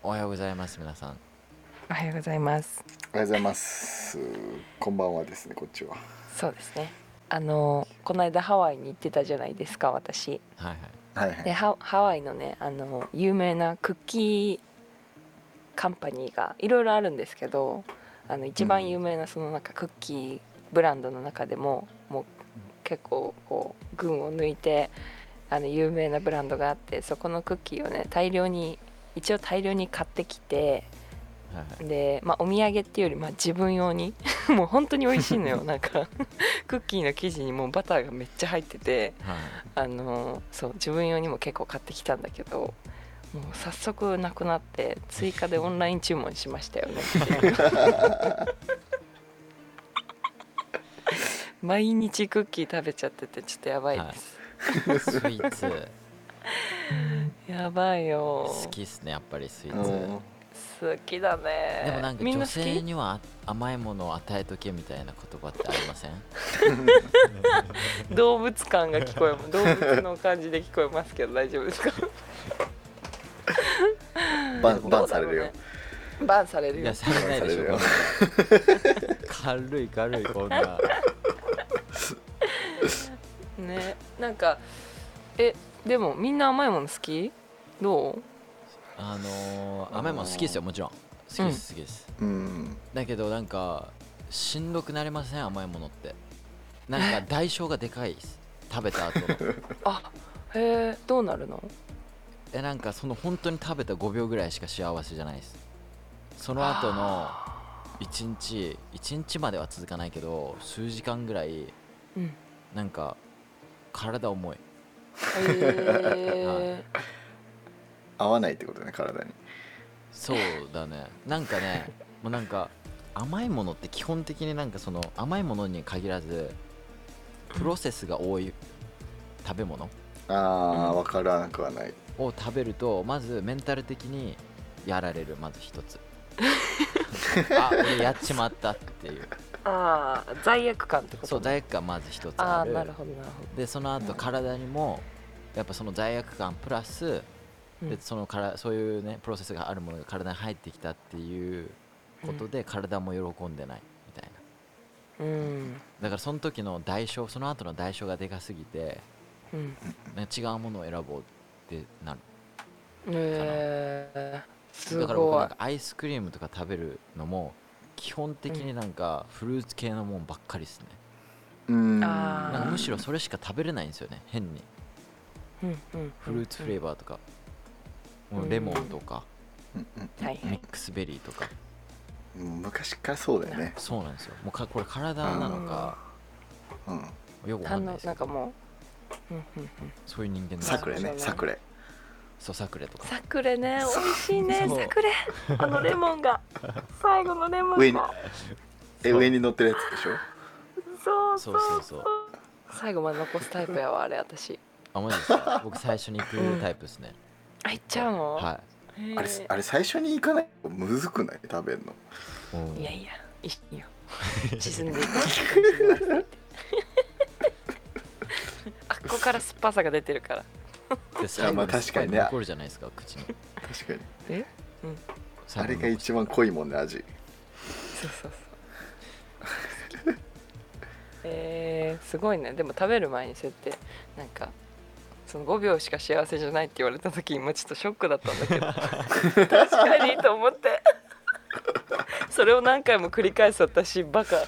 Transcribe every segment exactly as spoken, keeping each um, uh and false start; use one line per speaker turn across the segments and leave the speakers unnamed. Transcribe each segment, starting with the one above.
おはようございます皆さん。
おはようございます。
おはようございます。こんばんはですね、こっちは。
そうですね。あのこの間ハワイに行ってたじゃないですか、私。
はい
はいはい。
でハ、ハワイのね、あの有名なクッキーカンパニーがいろいろあるんですけど、あの一番有名なそのなんかクッキーブランドの中でももう結構こう群を抜いてあの有名なブランドがあって、そこのクッキーをね大量に一応大量に買ってきて。
はいはい。
で、まあ、お土産っていうより、まあ、自分用にもう本当に美味しいのよなんかクッキーの生地にもうバターがめっちゃ入ってて、
はい、
あのそう自分用にも結構買ってきたんだけど、もう早速なくなって追加でオンライン注文しましたよねっていう毎日クッキー食べちゃっててちょっとやばいです、
はい、スイーツ
やばいよ。
好きっすねやっぱりスイーツ。
好きだね。
でもなんか女性には甘いものを与えとけみたいな言葉ってありません？
動物感が聞こえます。動物の感じで聞こえますけど大丈夫ですか？
バンバンされるよ。
バンされるよ。
いやされないでしょ。軽い軽いこんな。
ね、なんかえでもみんな甘いもの好き？どう？
あのー、甘いもの好きですよもちろん。好きです好きです。
うん。
だけどなんかしんどくなりません甘いものって。なんか代償がでかいです。食べた後の。
あ、へえ、どうなるの？
えなんかその本当に食べたごびょうぐらいしか幸せじゃないです。その後のいちにちいちにちまでは続かないけど数時間ぐらい、うん、なんか体重い。
へー
合わないってことね体に。
そうだね。なんかねもうなんか甘いものって基本的になんかその甘いものに限らずプロセスが多い食べ物、
ああ、分からなくはない
を食べるとまずメンタル的にやられる。まず一つあ俺やっちまったっていう
ああ罪悪感ってこと、ね、
そう罪悪感まず一つある。
あなるほどなるほど。
でその後体にもやっぱその罪悪感プラスでそのからそういうねプロセスがあるものが体に入ってきたっていうことで体も喜んでないみたいな、うん、だからその時の代償その後の代償がでかすぎて、うん、違うものを選ぼうってなる。
へーすごい。
だから僕なんかアイスクリームとか食べるのも基本的になんかフルーツ系のもんばっかりですね。うん、なんかむしろそれしか食べれないんですよね変に、うんうん、フルーツフレーバーとか、もうレモンとか、うんうん、ミックスベリーとか、
昔からそうだよね。
そうなんですよ。もうかこれ体なのか、うん、よくわかんないですけど
なんかもう、
うんうんうん、そういう人間です。
サクレね、サクレ。
そうサクレとか。
サクレね、美味しいねサクレ。あのレモンが最後のレモンが
上にえ上に乗ってるやつでしょ。
そうそう
そうそうそう。
最後まで残すタイプやわあれ私。
あマジですか。僕最初に行くタイプですね。
うん、あ行っちゃうの？
はい。
あれあれ最初に行かないとむずくない食べるの。
いやいやいいよ。沈んでいく。あっこから酸っぱさが出てるから。
で最後に確かに残るじゃないですか口に。
確かに。
え？うん。
あれが一番濃いもんね味。そう
そうそう。えー、すごいね。でも食べる前にそうやってなんかそのごびょうしか幸せじゃないって言われた時今ちょっとショックだったんだけど確かにと思ってそれを何回も繰り返す私バカ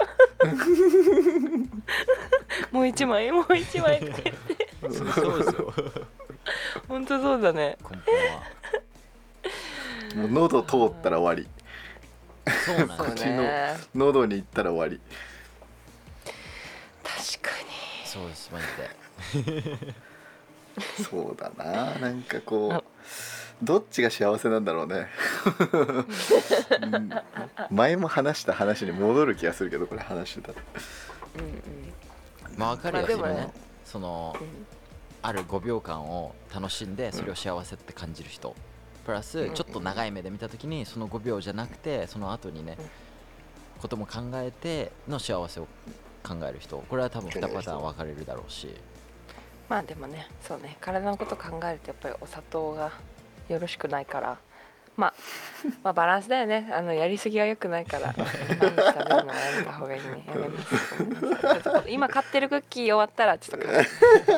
もう一枚もう一枚って言って
そうですよ
本当そうだね。
根
本はもう喉通ったら終わり。
そうなん
口の喉に行ったら終わり。
確かに
そうですマジで
そうだな。なんかこうどっちが幸せなんだろうね、うん、前も話した話に戻る気がするけどこれ話してたら、
うんうん、まあ分かるよ、まあ、ねその、うん、あるごびょうかんを楽しんでそれを幸せって感じる人、うん、プラスちょっと長い目で見た時にそのごびょうじゃなくてその後にね、うん、ことも考えての幸せを考える人、これは多分にパターン分かれるだろうし、
まあでもねそうね体のこと考えるとやっぱりお砂糖がよろしくないからまあ、まあバランスだよね。あのやりすぎは良くないから毎日食べるのはやめた方がいいね。やめます。ごめんなさい。ちょっと今買ってるクッキー終わったらちょっと買う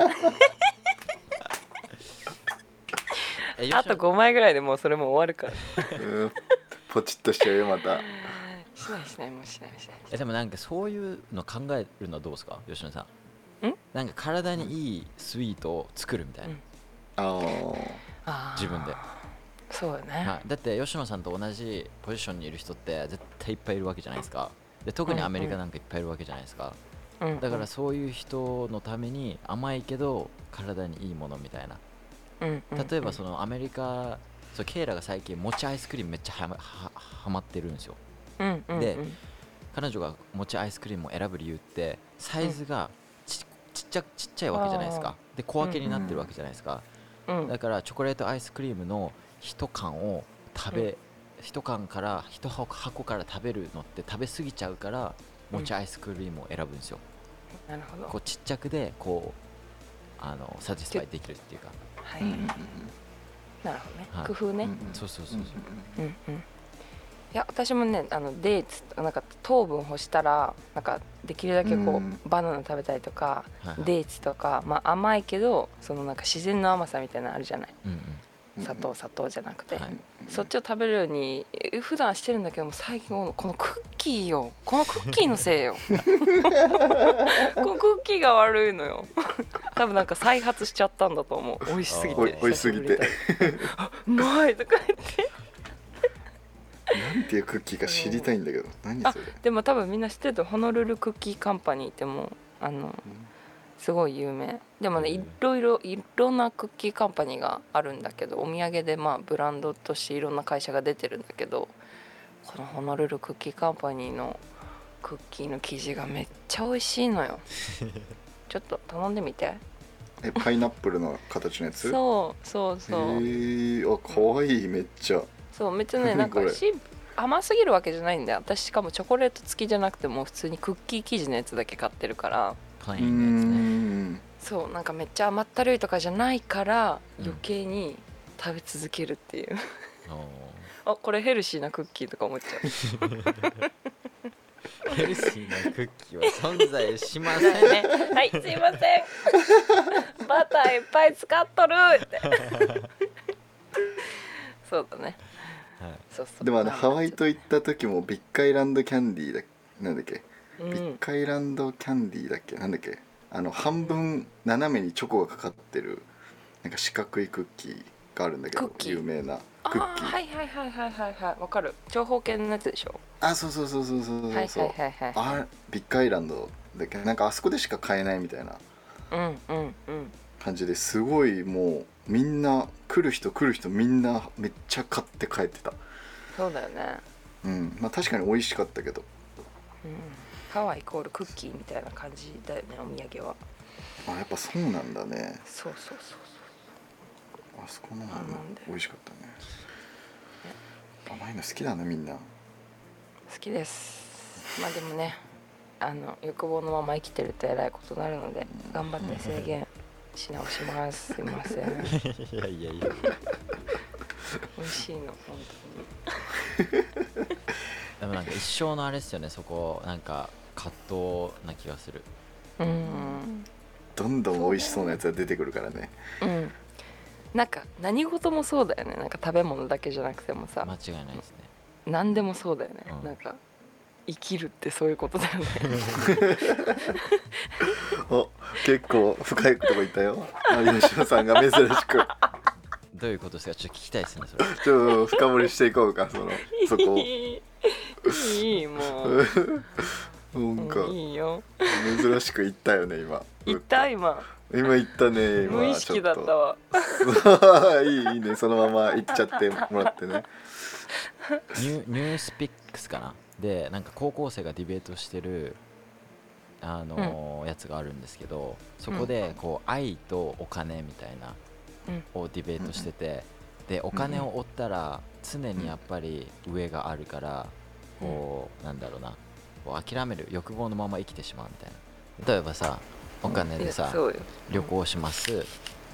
え
あとごまいぐらいでもうそれも終わるから
うんポチッとしちゃうよまた。
しないしないもうしないしない
えでもなんかそういうの考えるのはどうですか吉野さん。
ん
なんか体にいいスイートを作るみたいな、
うん
あ
あー
自分で、
そうよね、
はい、だって吉野さんと同じポジションにいる人って絶対いっぱいいるわけじゃないですか。で特にアメリカなんかいっぱいいるわけじゃないですか、
うんうん、
だからそういう人のために甘いけど体にいいものみたいな。
うんうんうん、
例えばそのアメリカ、そうケイラが最近餅アイスクリームめっちゃはまははまってるんですよ。
うんうんうん、
で彼女が餅アイスクリームを選ぶ理由ってサイズが ち,、ちっちゃちっちゃいわけじゃないですか。で小分けになってるわけじゃないですか、
うん
だからチョコレートアイスクリームの一缶を食べ、
うん
一缶から一箱から食べるのって食べ過ぎちゃうから餅アイスクリームを選ぶんですよ、
なるほど、
こうちっちゃくでこうあのサティスファイできるっていうか、
はい、
ーうんうんうん
なるほどね、
はい
工夫ね、
うんうん
そうそうそうそう、
うんうん、いや私もねあのデーツなんか糖分欲したらなんかできるだけこう、
うん
バナナ食べたりとか、
はいはい
デーツとか、まあ、甘いけどそのなんか自然の甘さみたいなのあるじゃない、
うんうん
砂糖砂糖じゃなくて、
はい
そっちを食べるようにえ普段してるんだけども最近このクッキーよこのクッキーのせいよこのクッキーが悪いのよ多分なんか再発しちゃったんだと思う美味しすぎて
おい美味しすぎて
あうまいとか言って
なんていうクッキーか知りたいんだけど何それ。
でも多分みんな知ってるとホノルルクッキーカンパニーってもうあのすごい有名でもねいろいろいろんなクッキーカンパニーがあるんだけどお土産でまあブランドとしていろんな会社が出てるんだけどこのホノルルクッキーカンパニーのクッキーの生地がめっちゃ美味しいのよちょっと頼んでみて
えパイナップルの形のやつ。う
そうそう
へ
そう
ーあ可愛いめっちゃ。
そうめっちゃねなん
これ
かシンプ甘すぎるわけじゃないんだよ私しかもチョコレート付きじゃなくてもう普通にクッキー生地のやつだけ買ってるから
う
プレインのやつね。
ん
そうなんかめっちゃ甘ったるいとかじゃないから
うん
余計に食べ続けるっていう、
お
あこれヘルシーなクッキーとか思っちゃう
ーヘルシーなクッキーは存在しません、
ねはいすいませんバターいっぱい使っとるってそうだね
はい
そうそう
でもあのハワイ
と、
と行った時もビッグアイランドキャンディーだなんだっけ、
うん
ビッグアイランドキャンディーだっけなんだっけあの半分斜めにチョコがかかってるなんか四角いクッキーがあるんだけど
クッキー
有名な
あ
クッキー。
ーはいはいはいはいはいはいわかる長方形のやつでしょ
あそうそうそうそうそうそうそう、
はいはいはいはい
あビッグアイランドだっけなんかあそこでしか買えないみたいな
うんうんうん
感じですごいもうみんな来る人来る人みんなめっちゃ買って帰ってた。
そうだよね、
うんまあ確かに美味しかったけど
うん、ハワイイコールクッキーみたいな感じだよねお土産は
あやっぱそうなんだね。
そうそうそう
あそこの
あなんで
美味しかったね。甘いの好きだねみんな。
好きですまあでもねあの欲望のまま生きてるとえらいことになるので頑張って制限し直しますすいません
いやいやいや
美味しいの本
でもなんか一生のあれですよねそこなんか葛藤な気がする。
当にうん
どんどん美味しそうなやつが出てくるからね。
うんなんか何事もそうだよねなんか食べ物だけじゃなくてもさ
間違いないですね。
何でもそうだよね、
うん
なんか生きるってそういうことだよね
お結構深いとこ行ったよ。吉野さんが珍しく
どういうことですかちょっと聞きたいですねそれ。
ちょっと深掘りしていこうかそのそこを。
いいいいもう
なんか
もういいよ
珍しく言ったよね今。
言った今
今言ったね今。
無意識だったわ
わ。いいいいねそのまま言っちゃってもらってね。
ニュニュースピックスかなでなんか高校生がディベートしてるあのーやつがあるんですけどそこでこう愛とお金みたいな
うん
をディベートしててでお金を追ったら常にやっぱり上があるからこうなんだろうなこう諦める欲望のまま生きてしまうみたいな。例えばさお金でさ
いやそうよ
旅行します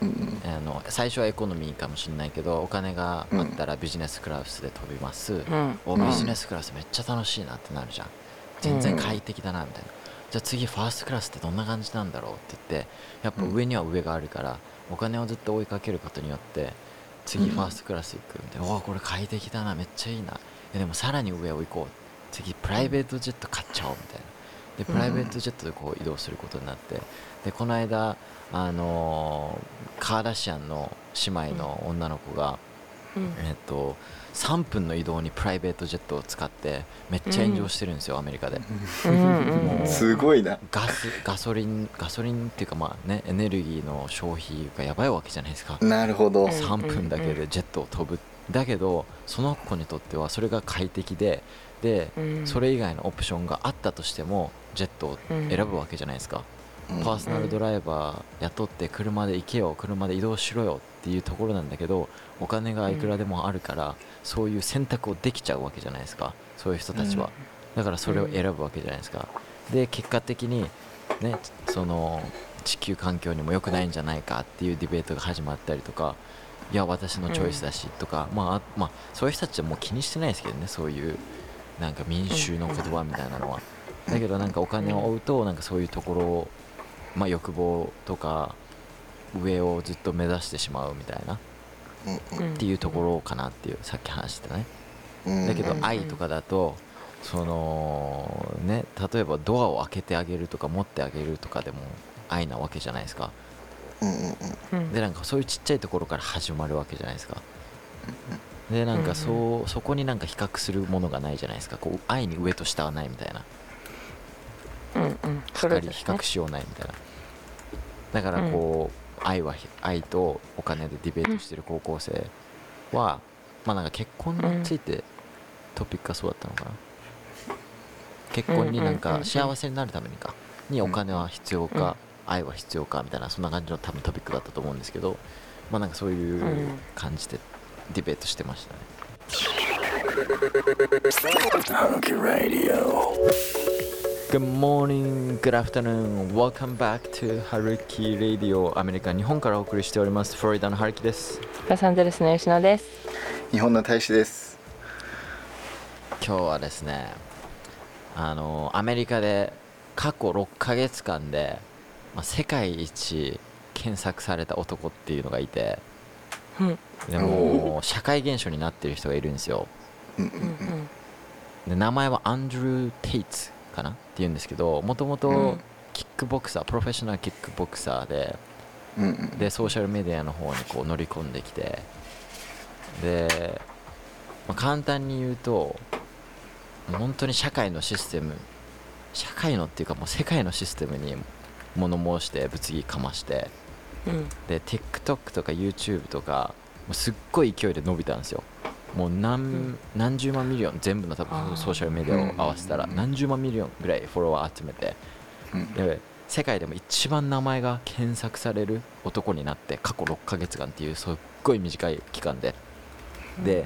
うんうん
あの最初はエコノミーかもしれないけどお金があったらビジネスクラスで飛びます、
うん
おビジネスクラスめっちゃ楽しいなってなるじゃん、全然快適だなみたいな、じゃあ次ファーストクラスってどんな感じなんだろうって言ってやっぱ上には上があるからお金をずっと追いかけることによって次ファーストクラス行くみたいな、おおこれ快適だなめっちゃいいな、でもさらに上を行こう、次プライベートジェット買っちゃおうみたいな、でプライベートジェットでこう移動することになって、でこの間あのー、カーダシアンの姉妹の女の子が、
うん
えっとさんぷんの移動にプライベートジェットを使ってめっちゃ炎上してるんですよ、アメリカで。
うんうん
もう
すごいな。
ガスガソリンガソリンっていうかまあねエネルギーの消費がやばいわけじゃないですか。
なるほど。
ん
さんぷんだけでジェットを飛ぶ、だけどその子にとってはそれが快適でで、
うん
それ以外のオプションがあったとしてもジェットを選ぶわけじゃないですか、
うん
パーソナルドライバー雇って車で行けよ車で移動しろよっていうところなんだけど、お金がいくらでもあるからそういう選択をできちゃうわけじゃないですか、そういう人たちは。だからそれを選ぶわけじゃないですか。で結果的にねその地球環境にも良くないんじゃないかっていうディベートが始まったりとか、いや私のチョイスだしとか、まああまあそういう人たちはもう気にしてないですけどね、そういうなんか民衆の言葉みたいなのは。だけどなんかお金を追うとなんかそういうところを、まあ、欲望とか上をずっと目指してしまうみたいなっていうところかなっていう、さっき話してたね。
うん
だけど
うん
愛とかだとそのね例えばドアを開けてあげるとか持ってあげるとかでも愛なわけじゃないですか。
うんうん
うん
でなんかそういうちっちゃいところから始まるわけじゃないですか。でなんかそうそこになんか比較するものがないじゃないですか。こう愛に上と下はないみたいな、
うんうんそれですね
比較しようないみたいな。だからこう、愛は愛とお金でディベートしてる高校生は、まあなんか結婚についてトピックがそうだったのかな、結婚になんか幸せになるためにかにお金は必要か、愛は必要かみたいな、そんな感じの多分トピックだったと思うんですけど、まあなんかそういう感じでディベートしてましたね。Good morning, good afternoon, welcome back to Haruki Radio アメリカ、日本からお送りしておりますフロリダのハルキです。
ロサンゼルスの吉野です。
日本の大使です。
今日はですねあのアメリカで過去ろっかげつかんで、まあ、世界一検索された男っていうのがいて、
うん
でも社会現象になってる人がいるんですよ。
うんう
うんん
で名前はアンドルー・テイツかなっていうんですけど、もともとキックボクサー、プロフェッショナルキックボクサーで、
うんうん
でソーシャルメディアの方にこう乗り込んできて、で、まあ、簡単に言うと本当に社会のシステム社会のっていうかもう世界のシステムに物申して物議かまして、
うん
で TikTok とか YouTube とかもうすっごい勢いで伸びたんですよ。もう 何,、
うん、
何十万ミリオン全部の多分ソーシャルメディアを合わせたら何十万ミリオンぐらいフォロワー集めて、
うん
で世界でも一番名前が検索される男になって過去ろっかげつかんっていうすっごい短い期間で、で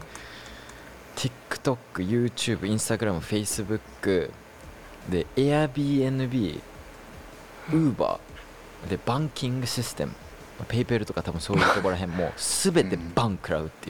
TikTok、YouTube、Instagram、Facebook で Airbnb、Uber でバンキングシステム、ペイペルとか多分そういうところらへんも全てバン食らうっていう、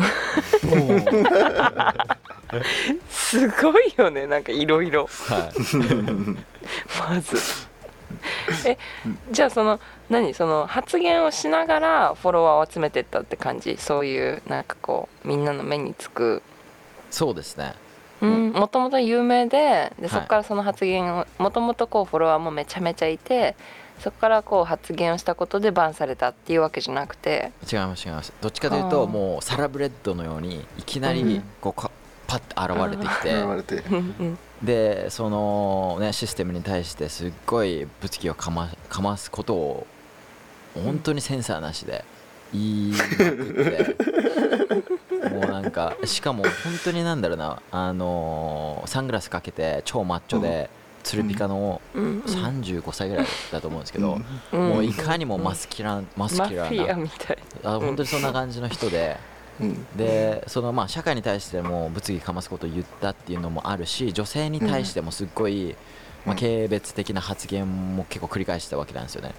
すごいよね、なんかいろいろ
はい
まずえじゃあその何その発言をしながらフォロワーを集めてったって感じ、そういうなんかこうみんなの目につく、
そうですね。
うんもともと有名で、で
い
そこからその発言をもともとこうフォロワーもめちゃめちゃいて、そこからこう発言をしたことでバンされたっていうわけじゃなくて、
違います違います。どっちかというともうサラブレッドのようにいきなりこうかパッと現れてきて、
現れて
うんうん
でそのねシステムに対してすっごい物議をかま、かますことを本当にセンサーなしで言いまくってもうなんかしかも本当になんだろうな、あのーサングラスかけて超マッチョでツルピカの
うんうん
さんじゅうごさいぐらいだと思うんですけど、
うん
もういかにもマスキュラマス
マフ
キュラー
ィアみたい
な、あ本当にそんな感じの人で、
うん
でそのまあ社会に対しても物議かますことを言ったっていうのもあるし、女性に対してもすっごい、まあ、軽蔑的な発言も結構繰り返してたわけなんですよね。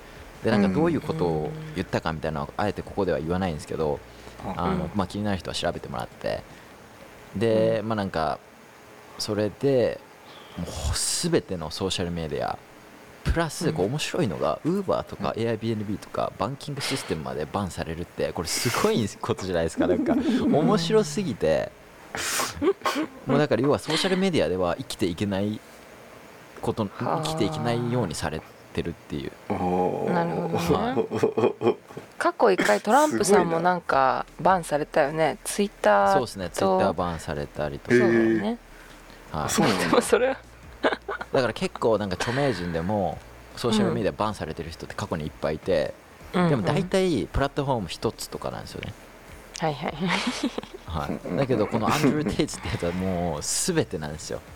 でなんかどういうことを言ったかみたいなのはあえてここでは言わないんですけど、あの、まあ、気になる人は調べてもらって、でまあなんかそれでもう全てのソーシャルメディアプラスこう面白いのが Uber とか Airbnb とかバンキングシステムまでバンされるって、これすごいことじゃないですか。なんか面白すぎて、もうだから要はソーシャルメディアでは生きていけないこと生きていけないようにされてるっていう。
なるほどね。過去一回トランプさんもなんかバンされたよね。ツイッターと。
そうですね、ツイッターバンされたりとか。
そうだよね。
はい、
そうなんだ。
でもそれは
だから結構なんか著名人でもソーシャルメディアバンされてる人って過去にいっぱいいて、
うん、
でも大体プラットフォーム一つとかなんですよね。
はいはい
はい、だけどこのアンドルー・テイツってやつはもう全てなんですよ。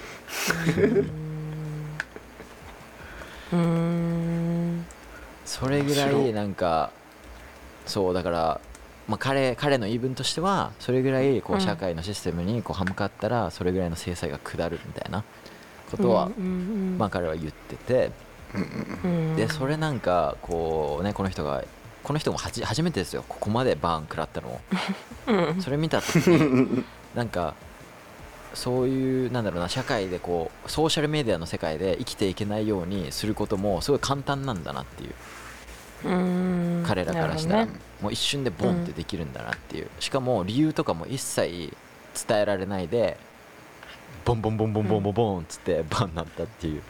うーん
それぐらいなんかそうだから、まあ、彼, 彼の言い分としてはそれぐらいこう社会のシステムにこう歯向かったらそれぐらいの制裁が下るみたいなことは、まあ、彼は言ってて、でそれなんかこうね、この人がこの人もはじ初めてですよ、ここまでバーン食らったのを。それ見た時になんかそういうなんだろうな、社会でこうソーシャルメディアの世界で生きていけないようにすることもすごい簡単なんだなっていう、
うーん
彼らからしたら、
ね、
もう一瞬でボンってできるんだなっていう、しかも理由とかも一切伝えられないでボンボンボンボンボンボンボンっつってバンになったっていう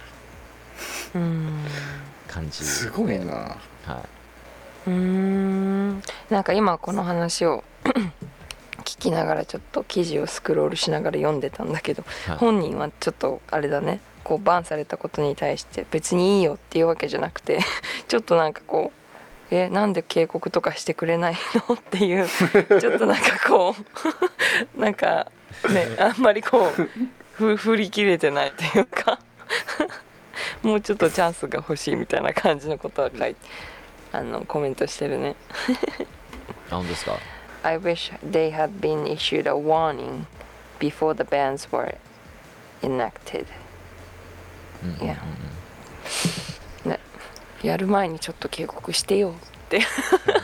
感じ。
すごいな。
はい、
うーんなんか今この話を聞きながらちょっと記事をスクロールしながら読んでたんだけど、はい、本人はちょっとあれだね、こうバンされたことに対して別にいいよっていうわけじゃなくてちょっとなんかこうえなんで警告とかしてくれないのっていうちょっとなんかこうなんかねあんまりこうふ振り切れてないというかもうちょっとチャンスが欲しいみたいな感じのことは書いてあのコメントしてるね。
あ、本当ですか。
I wish they had been issued a warning before the bans were enacted. いや、ね、やる前にちょっと警告してよってい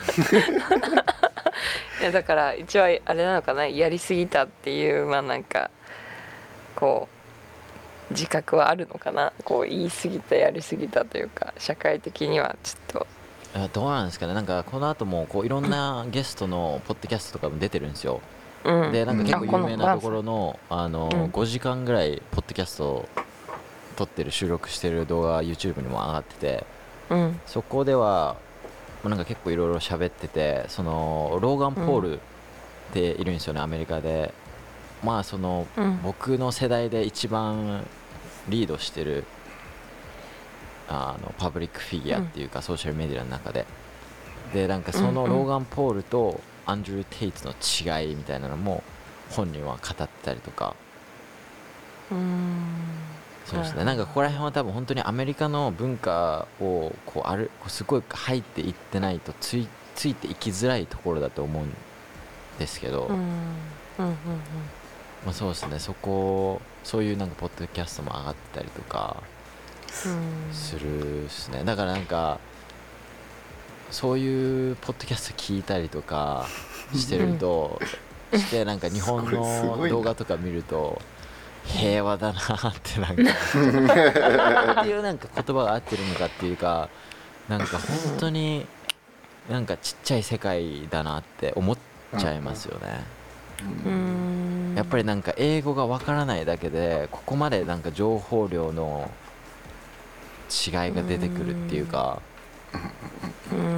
やだから一応あれなのかな、やりすぎたっていう、まあなんかこう自覚はあるのかな、こう言い過ぎたやりすぎたというか、社会的にはちょっと
どうなんですかね。なんかこの後もこういろんなゲストのポッドキャストとかも出てるんですよ、うん、でなんか結構有名なところ の, あの、うん、ごじかんぐらいポッドキャストを撮ってる収録してる動画が YouTube にも上がってて、うん、そこではなんか結構いろいろ喋ってて、そのローガン・ポールっているんですよね、アメリカで。まあその、うん、僕の世代で一番リードしてるあのパブリックフィギュアっていうか、うん、ソーシャルメディアの中ででなんかそのローガン・ポールとアンドリュー・テイツの違いみたいなのも本人は語ってたりとか、うーんそうですね、なんかここら辺は多分本当にアメリカの文化をこうあるこうすごい入っていってないとつい、ついていきづらいところだと思うんですけど、うんうんうんうんまあ、そうですね、そこそういうなんかポッドキャストも上がってたりとかするですね。だからなんかそういうポッドキャスト聞いたりとかしてるとしてなんか日本の動画とか見ると平和だなってなんかっていうなんか言葉が合ってるのかっていうか、なんか本当になんかちっちゃい世界だなって思っちゃいますよね。やっぱりなんか英語がわからないだけでここまでなんか情報量の違いが出てくるっていうか、
うー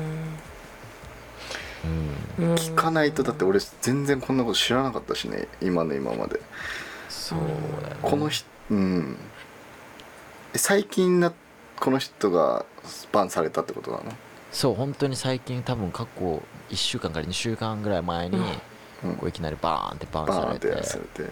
ん、聞かないと。だって俺全然こんなこと知らなかったしね、今の今まで。
そうだよね、
この人、うん、最近なこの人がバンされたってことなの？
そう、本当に最近、多分過去いっしゅうかんからにしゅうかんぐらい前に、うん、こういきなりバーンってバンされて、バーンってされて、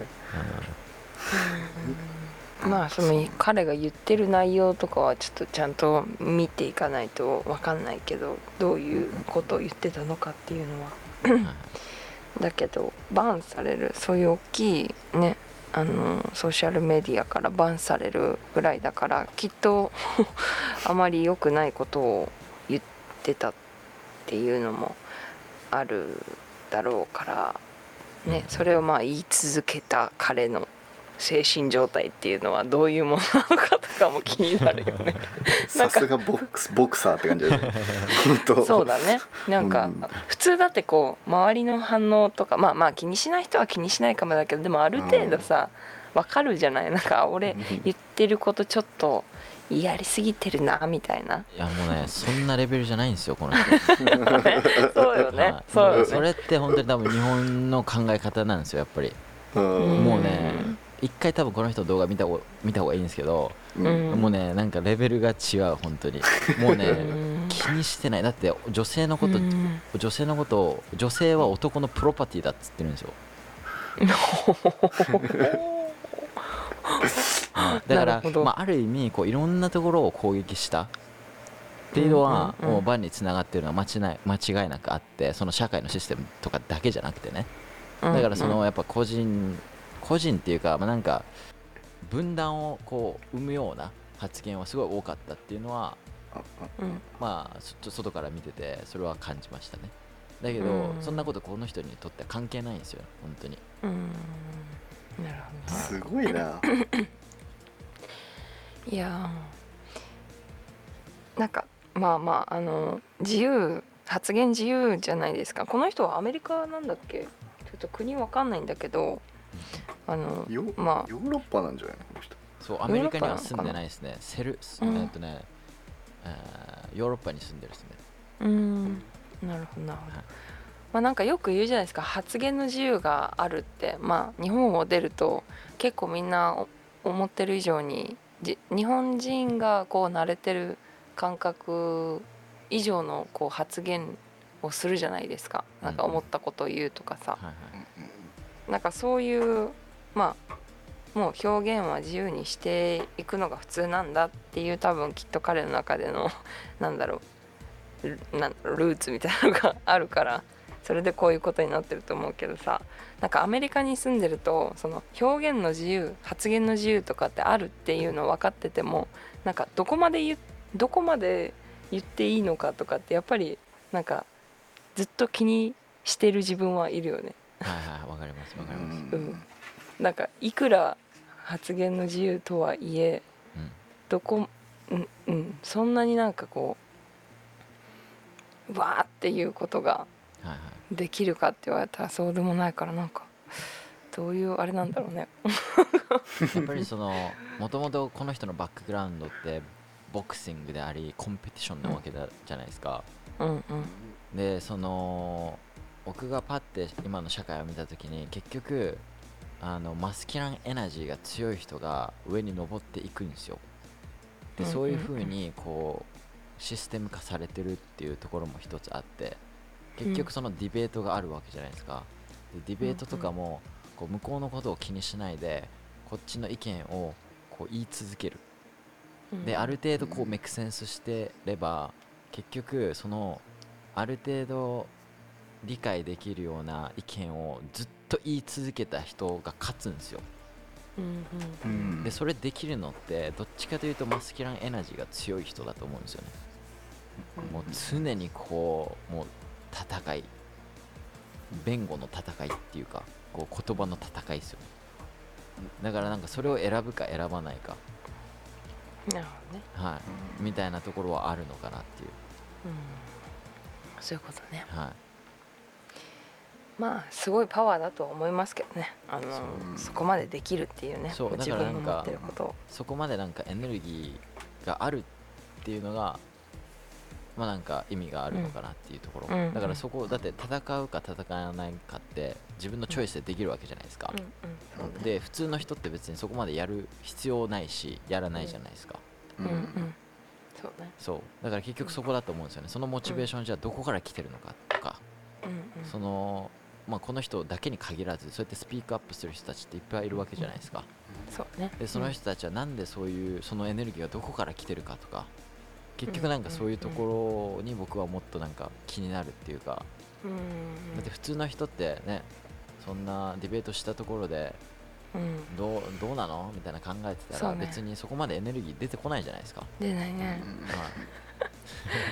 うん、まあその彼が言ってる内容とかはちょっとちゃんと見ていかないと分かんないけど、どういうことを言ってたのかっていうのはだけどバンされる、そういう大きいね、あのソーシャルメディアからバンされるぐらいだから、きっとあまり良くないことをってたっていうのもあるだろうからね、それをまあ言い続けた彼の精神状態っていうのはどういうものなのかとかも気になるよね
さすがボクスボクサーって感じだよね本当
そうだね。なんか、
うん、
普通だってこう周りの反応とかまあまあ気にしない人は気にしないかもだけど、でもある程度さ、うん、分かるじゃない。なんか俺言ってることちょっとやりすぎてるなみたいな。
いやもうねそんなレベルじゃないんですよこの人
そうよね、
はい、
そうよね。
それって本当に多分日本の考え方なんですよやっぱり。
うん、
もうね一回多分この人の動画見た方見た方がいいんですけど、うん、もうねなんかレベルが違う本当に。もうね気にしてない。だって女性のこと、女性のことを女性は男のプロパティだっつってるんですよだから、まあ、ある意味こういろんなところを攻撃したっていうのは、うんうんうん、もう万につながっているのは間違い、間違いなくあって、その社会のシステムとかだけじゃなくてね、だからそのやっぱ個人個人っていうか、まあ、なんか分断をこう生むような発言はすごい多かったっていうのは、うん、まあちょっと外から見ててそれは感じましたね。だけど、うん、そんなことこの人にとっては関係ないんですよ本当に。うん、
なるほど。
すごいな。
いやなんかまあまああの自由発言自由じゃないですか。この人はアメリカなんだっけ？ちょっと国わかんないんだけど、あのまあ
ヨーロッパなんじゃないのこの人。
そうアメリカには住んでないですね。セル、うん、えっとね、ヨーロッパに住んでるですね。
うん、なるほどなるほど。はい、まあなんかよく言うじゃないですか、発言の自由があるって。まあ日本を出ると結構みんな思ってる以上に日本人がこう慣れてる感覚以上のこう発言をするじゃないですか。なんか思ったことを言うとかさ、なんかそういうまあもう表現は自由にしていくのが普通なんだっていう、多分きっと彼の中でのなんだろうなルーツみたいなのがあるから、それでこういうことになってると思うけどさ、なんかアメリカに住んでるとその表現の自由発言の自由とかってあるっていうの分かってても、なんかどこまで言うどこまで言っていいのかとかってやっぱりなんかずっと気にしてる自分はいるよね。
はいはいわかりますわかります。
うん、なんかいくら発言の自由とはいえ、うん、どこうんうんそんなになんかこうわーっていうことができるかって言われたらそうでもないから、なんかどういうあれなんだろうね
やっぱりそのもともとこの人のバックグラウンドってボクシングでありコンペティションなわけだじゃないですか。うんうん、でその僕がパッて今の社会を見た時に結局あのマスキュランエナジーが強い人が上に上っていくんですよ。でそういう風にこうシステム化されてるっていうところも一つあって、結局そのディベートがあるわけじゃないですか。でディベートとかもこう向こうのことを気にしないでこっちの意見をこう言い続ける。である程度こうメイクセンスしてれば結局そのある程度理解できるような意見をずっと言い続けた人が勝つんですよ。うんうん、でそれできるのってどっちかというとマスキュランエナジーが強い人だと思うんですよね。もう常にこうもう戦い弁護の戦いっていうかこう言葉の戦いですよね。だからなんかそれを選ぶか選ばないか、
なるほどね、
はい、みたいなところはあるのかなっていう、
うん、そういうことね。
はい、
まあすごいパワーだとは思いますけどね。あの そ, そこまでできるっていうね。
そうだからなんか
自分の持ってることを
そこまでなんかエネルギーがあるっていうのがまあなんか意味があるのかなっていうところ、うん、だからそこだって戦うか戦わないかって自分のチョイスでできるわけじゃないですか、うんうん、で普通の人って別にそこまでやる必要ないしやらないじゃないですか、うんうんうん、そうね、そうだから結局そこだと思うんですよね。そのモチベーションじゃあどこから来てるのかとか、うんうん、そのまあ、この人だけに限らずそうやってスピークアップする人たちっていっぱいいるわけじゃないですか、うん、そうね、でその人たちはなんでそういうそのエネルギーがどこから来てるかとか結局なんかそういうところに僕はもっとなんか気になるっていうか、うん、だって普通の人ってねそんなディベートしたところで、うん、どう、どうなのみたいな考えてたら別にそこまでエネルギー出てこないじゃないですか。
出ないね、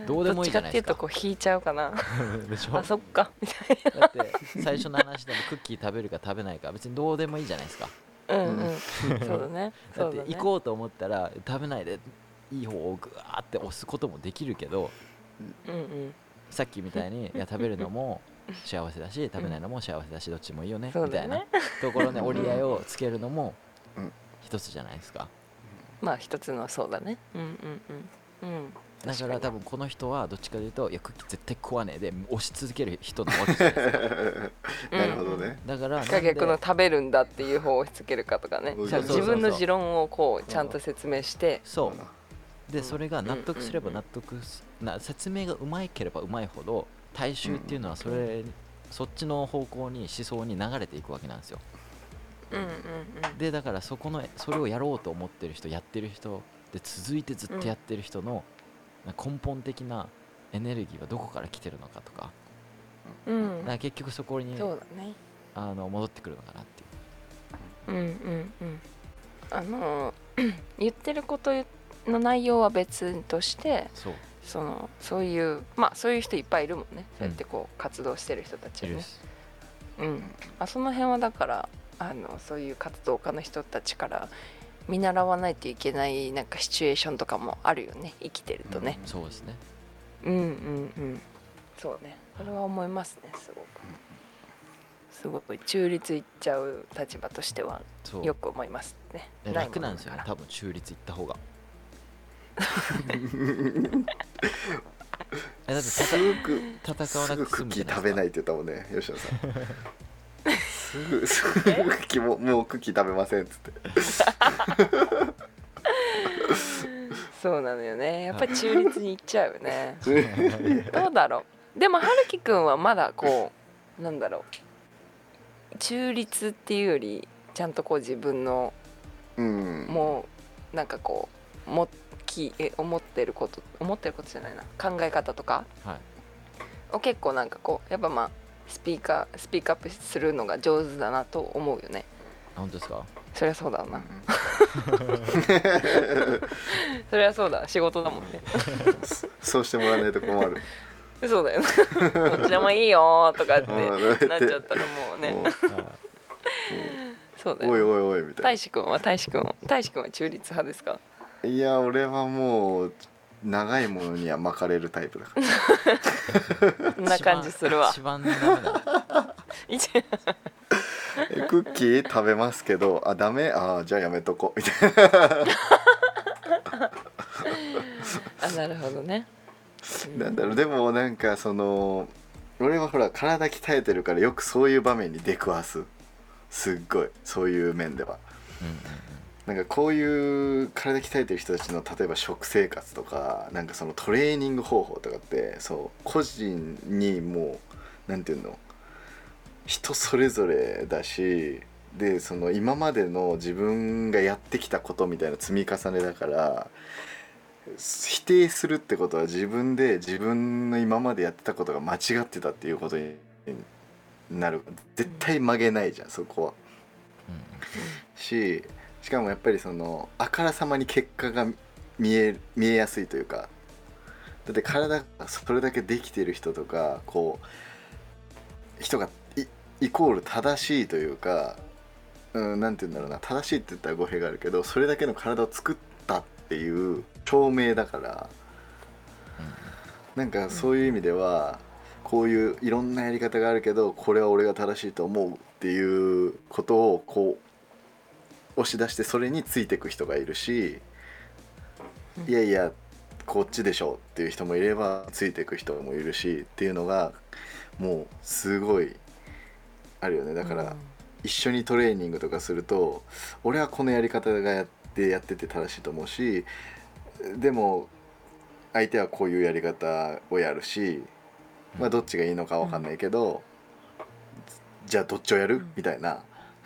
どうでもいいじゃないですか。
どっちかっていうとこう引いちゃうかな
でしょ。
あそっかみたい
だって最初の話でもクッキー食べるか食べないか別にどうでもいいじゃないですか。
なうんうんそうだね
だって
そうだね
行こうと思ったら食べないでいい方をグワーって押すこともできるけど、
うんうん
さっきみたいにいや食べるのも幸せだし食べないのも幸せだしどっちもいいよね
そう
みたいな
だね
ところで折り合いをつけるのも
うん
一つじゃないですか。
まあ一つのそうだねうんうんうんうん
だから多分この人はどっちかというといやクッキー絶対食わねえで押し続ける人なわけじゃないですか。
なるほどね。
だからなん
か
で
逆の食べるんだっていう方を押し付けるかとかね
そう
じゃあ
そうそうそう
自分の持論をこうちゃんと説明して
そうでそれが納得すれば納得すな説明がうまいければうまいほど大衆っていうのはそれそっちの方向に思想に流れていくわけなんですよ。
うんうんうん
でだからそこのそれをやろうと思ってる人やってる人で続いてずっとやってる人の根本的なエネルギーはどこから来てるのかとか、
うん
だから結局そこに
そうだね
あの戻ってくるのかなっていう。
うんうんうんあの言ってることの内容は別として
そう
そのそういうまあそういう人いっぱいいるもんね、
うん
そうやってこう活動してる人たちね
いるし
うんまあ、その辺はだからあのそういう活動家の人たちから見習わないといけないなんかシチュエーションとかもあるよね生きてるとね、
そうですね。
うん、うんうんそうねそれは思いますねすごくすごく中立いっちゃう立場としては
そう
よく思いますね
で楽なんですよね
ないものだか
多分中立行った方がえだって
すぐく
戦わなく
すぐクッ
済むじゃないですか。
キー食べないって言ったもんね吉野さんすぐすぐクッキーももうクッキー食べませんっつって
らそうなのよねやっぱり中立にいっちゃうよねどうだろうでもはるきくんはまだこうなんだろう中立っていうよりちゃんとこう自分の
うん
もうなんかこうもきえ思ってること思ってることじゃないな考え方とか
はい
を結構なんかこうやっぱまあスピーカースピークアップするのが上手だなと思うよね
あ本当ですか。
そりゃそうだなそりゃそうだ仕事だもんね
そうしてもらわないと困る
そうだよねどっちでもいいよとかって
うん
なっちゃったらもうね
もう
そうだよ
おいおいおいみたい
大志くんは大志くんは大志くんは中立派ですか
ないや俺はもう長いものには巻かれるタイプだから
そんな感じするわ
一番一番ダメだ。
一
えクッキー食べますけどあダメあーじゃあやめとこみたいな
あなるほどね
なんだろうでもなんかその俺はほら体鍛えてるからよくそういう場面に出くわすすっごいそういう面では
うんうん
なんかこういう体鍛えてる人たちの例えば食生活とかなんかそのトレーニング方法とかってそう個人にもうなんていうの人それぞれだしでその今までの自分がやってきたことみたいな積み重ねだから否定するってことは自分で自分の今までやってたことが間違ってたっていうことになる絶対曲げないじゃんそこは。ししかもやっぱりそのあからさまに結果が見え見えやすいというかだって体がそれだけできてる人とかこう人が イ, イコール正しいというか、うん、なんて言うんだろうな正しいって言ったら語弊があるけどそれだけの体を作ったっていう証明だからなんかそういう意味ではこういういろんなやり方があるけどこれは俺が正しいと思うっていうことをこう押し出してそれについていく人がいるしいやいやこっちでしょっていう人もいればついていく人もいるしっていうのがもうすごいあるよねだから一緒にトレーニングとかすると俺はこのやり方がやってやってて正しいと思うしでも相手はこういうやり方をやるしまあどっちがいいのか分かんないけどじゃあどっちをやるみたいな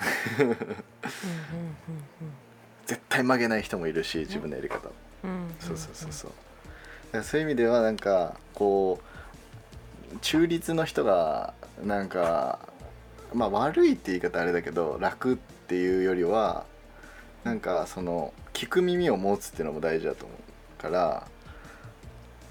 絶対曲げない人もいるし自分のやり方そうそうそうそうだからそういう意味ではなんかこう中立の人がなんかまあ悪いって言い方あれだけど楽っていうよりはなんかその聞く耳を持つっていうのも大事だと思うから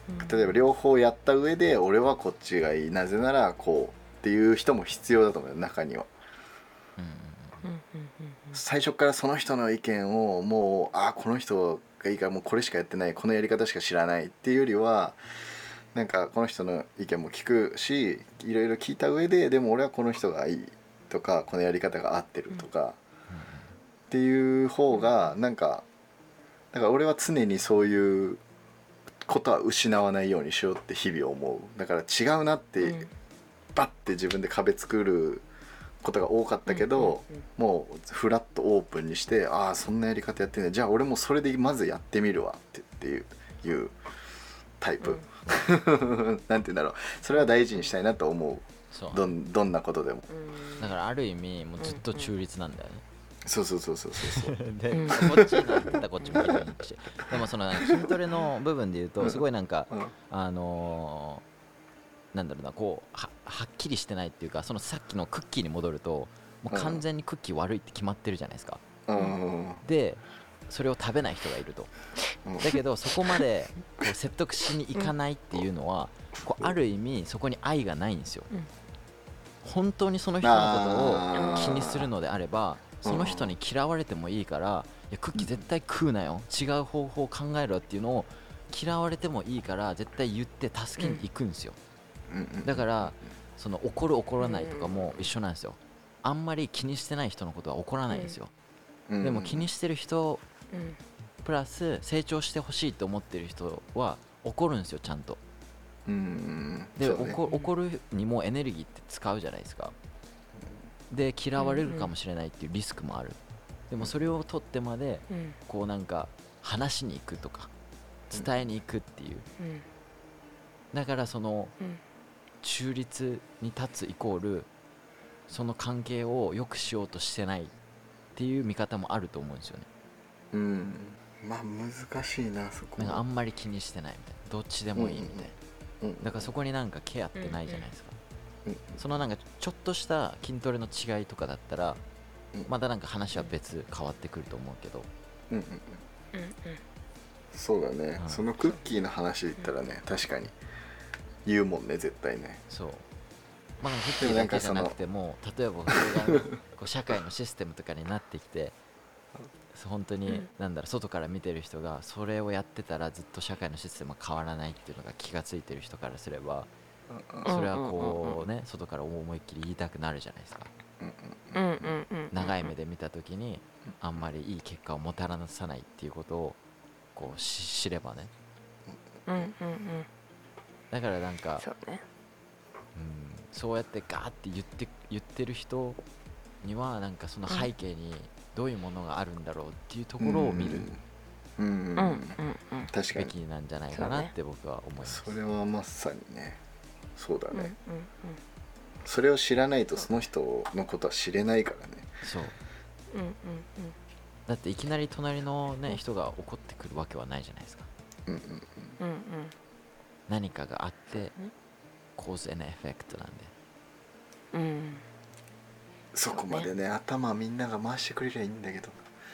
例えば両方やった上で俺はこっちがいい、なぜならこうっていう人も必要だと思うよ、中には。
うん
うんうん
最初からその人の意見をもうあこの人がいいからもうこれしかやってない、このやり方しか知らないっていうよりは、なんかこの人の意見も聞くし、いろいろ聞いた上ででも俺はこの人がいいとかこのやり方が合ってるとかっていう方がなんか、だから俺は常にそういうことは失わないようにしようって日々思う。だから違うなって
うんうん
バッて自分で壁作ることが多かったけど、
うんうん
もうフラットオープンにして、ああそんなやり方やってんだ、じゃあ俺もそれでまずやってみるわってっていういうタイプ、なんて言うんだろう、それは大事にしたいなと思う。
そう
どんどんなことでも。
うん
だからある意味もうずっと中立なんだよね、
そうそうそうそうそうそう
で、
うん
こっちになってたらこっちもいいと思うし、でもそのなんか筋トレの部分で言うとすごいなんか、
うん
あのーなんだろうな、こう は, はっきりしてないっていうか、そのさっきのクッキーに戻るともう完全にクッキー悪いって決まってるじゃないですか。
うん
でそれを食べない人がいると。
うん
だけどそこまでこう説得しに行かないっていうのは、こうある意味そこに愛がないんですよ。
うん
本当にその人のこと
あー
を気にするのであれば、その人に嫌われてもいいから、いやクッキー絶対食うなよ、違う方法を考えろっていうのを嫌われてもいいから絶対言って助けに行くんですよ。
うんうん
だからその怒る怒らないとかも一緒なんですよ。あんまり気にしてない人のことは怒らないんですよ。
うん
でも気にしてる人
うん
プラス成長してほしいと思ってる人は怒るんですよ、ちゃんと。
うん
で、
そうね
怒怒るにもエネルギーって使うじゃないですか。で嫌われるかもしれないっていうリスクもある。でもそれを取ってまで
うん
こうなんか話しに行くとか伝えに行くっていう、
うん
だからその
うん
中立に立つイコールその関係を良くしようとしてないっていう見方もあると思うんですよね。
うんまあ難しいなそこ
なんかあんまり気にしてないみたいな、どっちでもいいみたいな、
うん
だからそこになんかケアってないじゃないですか。
うん
そのなんかちょっとした筋トレの違いとかだったら
うん
まだなんか話は別変わってくると思うけど、
うんうん
うんうん
そうだね、
うん
そのクッキーの話で言ったらね、確かに言うもんね絶対ね。
そう、まあクッキーだけじゃなくても例えばそれがこう社会のシステムとかになってきてそう本当に
うん
なんだろう、外から見てる人がそれをやってたらずっと社会のシステムは変わらないっていうのが気がついてる人からすれば、それはこうね外から思いっきり言いたくなるじゃないですか。
うんうんうん
長い目で見た時にあんまりいい結果をもたらさないっていうことをこうし知ればね。
うんうんうん
だからなんか
そうね
うんそうやってガーって言って言ってる人にはなんかその背景にどういうものがあるんだろうっていうところを見る
うんうん、
うんうんうん
べ
確かに
きなんじゃないかなって僕は思います。
それはまさにねそうだね、
うんうん
それを知らないとその人のことは知れないからね。
そう
うんうん
だっていきなり隣の、ね、人が怒ってくるわけはないじゃないですか。
うんうん
うんうん
何かがあってコーズエネエフェクトなんで。
うんうん
そこまでね頭みんなが回してくれりゃいいんだけど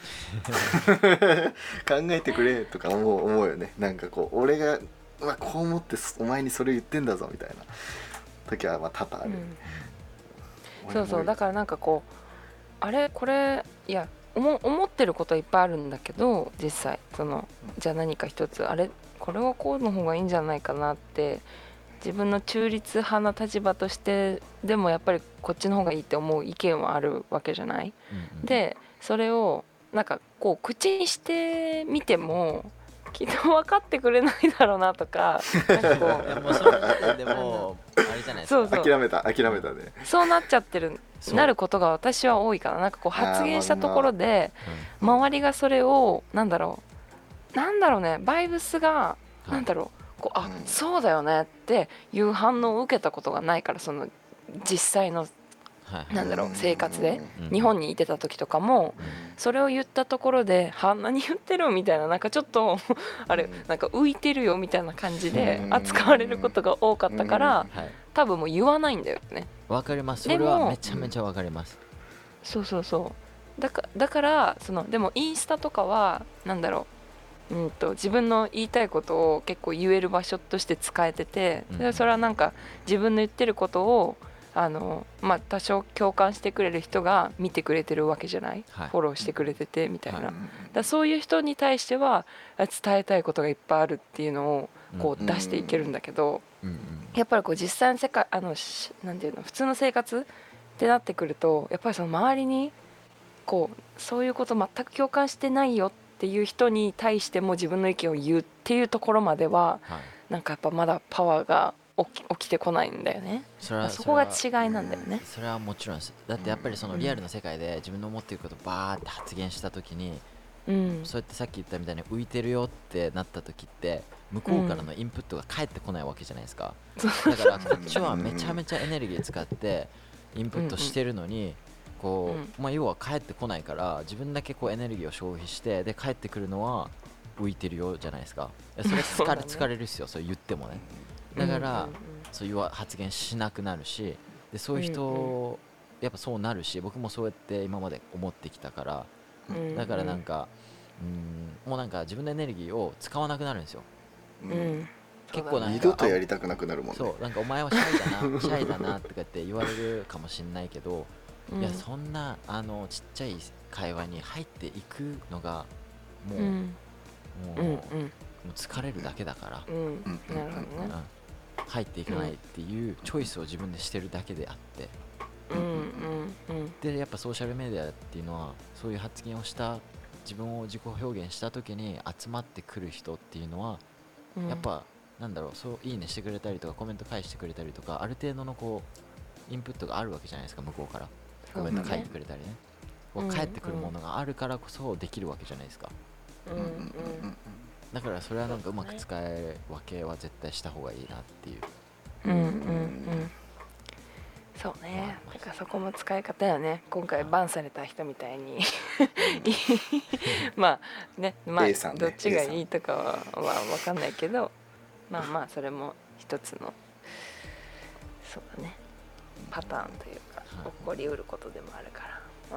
考えてくれとか思う思うよね。なんかこう俺が、まあ、こう思ってお前にそれ言ってんだぞみたいな時はまあ多々ある、
うんそうそうだからなんかこうあれこれいや思思ってることはいっぱいあるんだけど実際そのじゃあ何か一つあれこれはこうの方がいいんじゃないかなって自分の中立派な立場としてでもやっぱりこっちの方がいいって思う意見はあるわけじゃない。
うんうん
でそれをなんかこう口にしてみてもきっと分かってくれないだろうなとかなんかこ
いやもうその時点でもうあれじゃないですか。
そうそう
諦めた諦めたね。
うそうなっちゃってる
そう
なることが私は多いからなんかこう発言したところで周りがそれをなんだろうなんだろうねバイブスが
うん
なんだろうこうあ
うん
そうだよねっていう反応を受けたことがないからその実際の
はいはい
なんだろう生活で
うん
日本にいてた時とかもそれを言ったところで「は何言ってる?」みたいななんかちょっとあれなんか浮いてるよみたいな感じで扱われることが多かったから
はい、
多分もう言わないんだよね。
わかります。そ
でも
れはめちゃめちゃわかります。
そうそうそうだかだからそのでもインスタとかはなんだろううんと自分の言いたいことを結構言える場所として使えてて、
うん
でそれはなんか自分の言ってることをあの、まあ、多少共感してくれる人が見てくれてるわけじゃない、
はい
フォローしてくれててみたいな、
はい
だからそういう人に対してはあ伝えたいことがいっぱいあるっていうのをこ
う
う出していけるんだけど、
うんうん
やっぱりこう実際の世界あのしなんていうの普通の生活ってなってくるとやっぱりその周りにこうそういうこと全く共感してないよっていう人に対しても自分の意見を言うっていうところまでは
はい
なんかやっぱまだパワーが起き、起きてこないんだよね。
それは
そこが
それは
違いなんだよね。
それはもちろんです。だってやっぱりそのリアルな世界で自分の思っていることをバーって発言した時に、
うん
そうやってさっき言ったみたいに浮いてるよってなった時って向こうからのインプットが返ってこないわけじゃないですか、だからこっちはめちゃめちゃエネルギー使ってインプットしてるのにこう、まあ、要は返ってこないから自分だけこうエネルギーを消費してで返ってくるのは浮いてるよじゃないですか。それ疲れ
そうだね
疲れるっすよ、それ言ってもね。だから、
うんうん
そういう発言しなくなるし、でそういう人、
うん
やっぱそうなるし、僕もそうやって今まで思ってきたから、
うんうん
だからなんか、うん、もうなんか自分のエネルギーを使わなくなるんですよ。
うんうん
結構なんか
二度とやりたくなくなるもんね。
そうなんかお前はシャイだなシャイだなとかって言われるかもしんないけど、
うん
いやそんなあのちっちゃい会話に入っていくのがもう、
うん
もう,、
うん
もう疲れるだけだから、
うんうんなるほどね
うん入っていかないっていうチョイスを自分でしてるだけであって、
うんうんうん
でやっぱソーシャルメディアっていうのはそういう発言をした自分を自己表現した時に集まってくる人っていうのは、
うん
やっぱなんだろう、そういいねしてくれたりとかコメント返してくれたりとかある程度のこうインプットがあるわけじゃないですか、向こうからコメント書いてくれたりね、こう返ってくるものがあるからこそできるわけじゃないですか。
うんうん
だからそれはなんかうまく使え分けは絶対した方がいいなっていう。
うんうんうんそうね、だからそこも使い方よね。今回バンされた人みたいにまあね、まあ
A さんね
どっちがいいとかはは分かんないけど、まあまあそれも一つのそうだねパターンというか
はい
起こりうることでもあるから、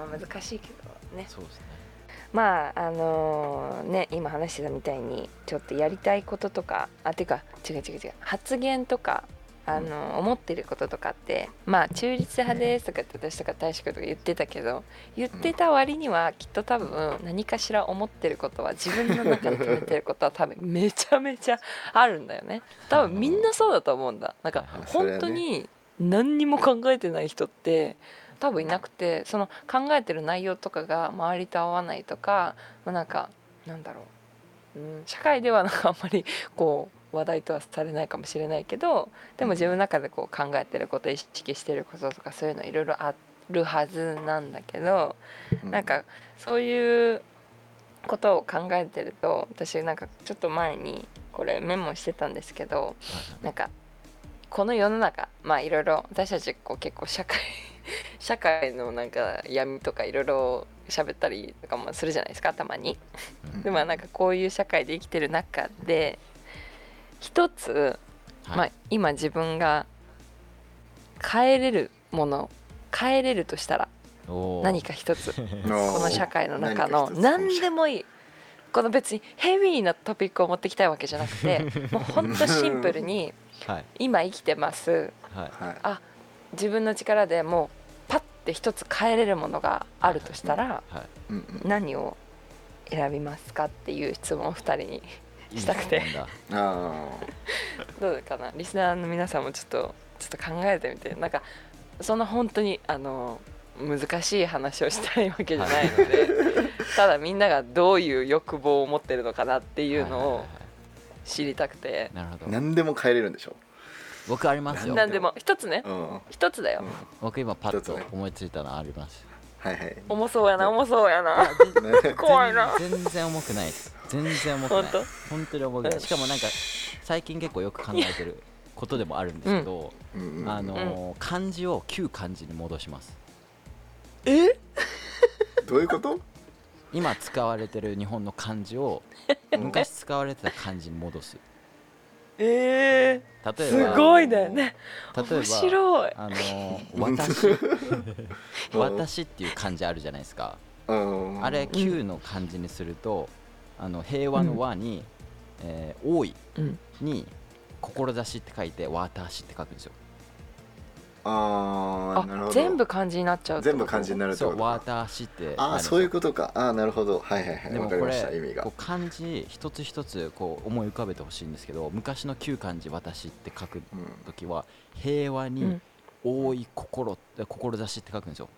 まあ、難しいけどね。
そうですね。
まああのね今話してたみたいにちょっとやりたいこととかあていうか違う違う違う発言とかあの思ってることとかってまあ中立派ですとかって私とか大志くんとか言ってたけど言ってた割にはきっと多分何かしら思ってることは自分の中で決めてることは多分めちゃめちゃあるんだよね。多分みんなそうだと思うんだ。なんか本当に何にも考えてない人って多分いなくて、その考えてる内容とかが周りと合わないとか、まあ、なんかなんだろう、うん、社会ではなんかあんまりこう話題とはされないかもしれないけど、でも自分の中でこう考えてること意識してることとかそういうのいろいろあるはずなんだけど、なんかそういうことを考えてると私なんかちょっと前にこれメモしてたんですけど、なんかこの世の中まあいろいろ私たちこう結構社会社会のなんか闇とかいろいろ喋ったりとかもするじゃないですかたまに。でもなんかこういう社会で生きてる中で一つ、
はい、
まあ、今自分が変えれるもの変えれるとしたら
おー
何か一つこ
こ
の社会の中の
何
何でもいい、この別にヘビーなトピックを持ってきたいわけじゃなくてもうほんとシンプルに
はい
今生きてます
はい
はい
あ自分の力でもうパッて一つ変えれるものがあるとしたら
はい
うんうん
何を選びますかっていう質問をふたりにしたくて
いい質問だ。
あ
どうかな、リスナーの皆さんもちょっとちょっと考えてみて、なんかそんな本当にあの難しい話をしたいわけじゃないのでただみんながどういう欲望を持ってるのかなっていうのを
はいはいはい
知りたくて、
なるほど。
あ何でも変えれるんでしょ。
僕ありますよ。
なんでも一つね
うん
一つだよ、
うん
僕今パッと
一つね
思いついたのあります。
はいはい
重そうやな重そうやな
ね
怖いな
全全然重くないです。全然重くない。
本当
本当に重くない。しかもなんか最近結構よく考えてることでもあるんですけど、
うんうん
あのー漢字を旧漢字に戻します。
え
どういうこと？
今使われてる日本の漢字を昔使われてた漢字に戻す。
えー、
例えば
すごいだよね。
例えば
面白い。
あのー私私っていう漢字あるじゃないですか。
うん
あれ旧の漢字にするとあの平和の和に、えー、多い
うん
に志って書いて私って書くんですよ。
あ
ああなるほど。
全部漢字になっちゃうってこと
全部漢字になるって
そう
ことか。
私って
ああそういうことか。ああなるほど。はいはいはい。
でも
わかり
これ
ました意味が
こ。う漢字一つ一つこう思い浮かべてほしいんですけど、昔の旧漢字私って書く
うん
時は平和に
うん
多い心って志って書くんですよ。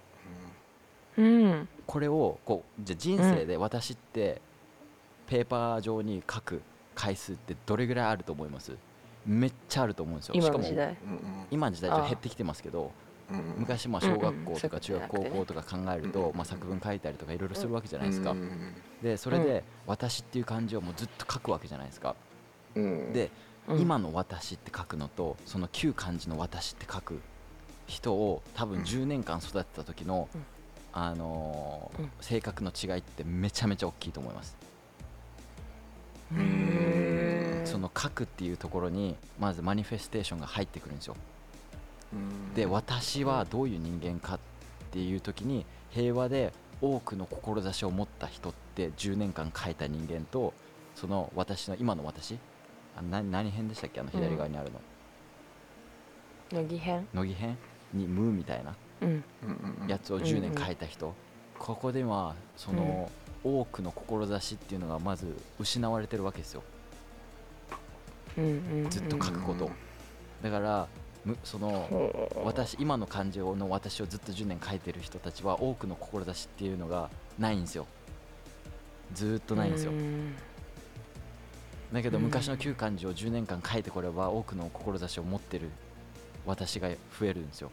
うん
これをこうじゃあ人生で私ってペーパー上に書く回数ってどれぐらいあると思います？めっちゃあると思うんですよ。しかも
今の時代
うん
今の時代ちょっと減ってきてますけど、
うんうん
昔まあ小学校と
うんうん
か中学高校とか考えると、まあ、作文書いたりとかいろいろするわけじゃないですか。
うん
でそれで私っていう漢字をもうずっと書くわけじゃないですか。
うん
で、
うん
今の私って書くのとその旧漢字の私って書く人を多分じゅうねんかん育てた時の、
うん
あのー
うん
性格の違いってめちゃめちゃ大きいと思います。
うーん
その書くっていうところにまずマニフェステーションが入ってくるんですよ。
うん
で私はどういう人間かっていう時に平和で多くの志を持った人ってじゅうねんかん書いた人間とその私の今の私あ何何編でしたっけあの左側にあるの、
乃木編
乃木編に無みたいな
うん
うんうん
やつをじゅうねん書いた人、ここではその多くの志っていうのがまず失われてるわけですよ。
うんうん
ずっと書くことだからむその私今の感情の私をずっとじゅうねん書いてる人たちは多くの志っていうのがないんですよ。ずーっとないんですよ。
うん
だけど
うん
昔の旧漢字をじゅうねんかん書いてこれば多くの志を持ってる私が増えるんですよ。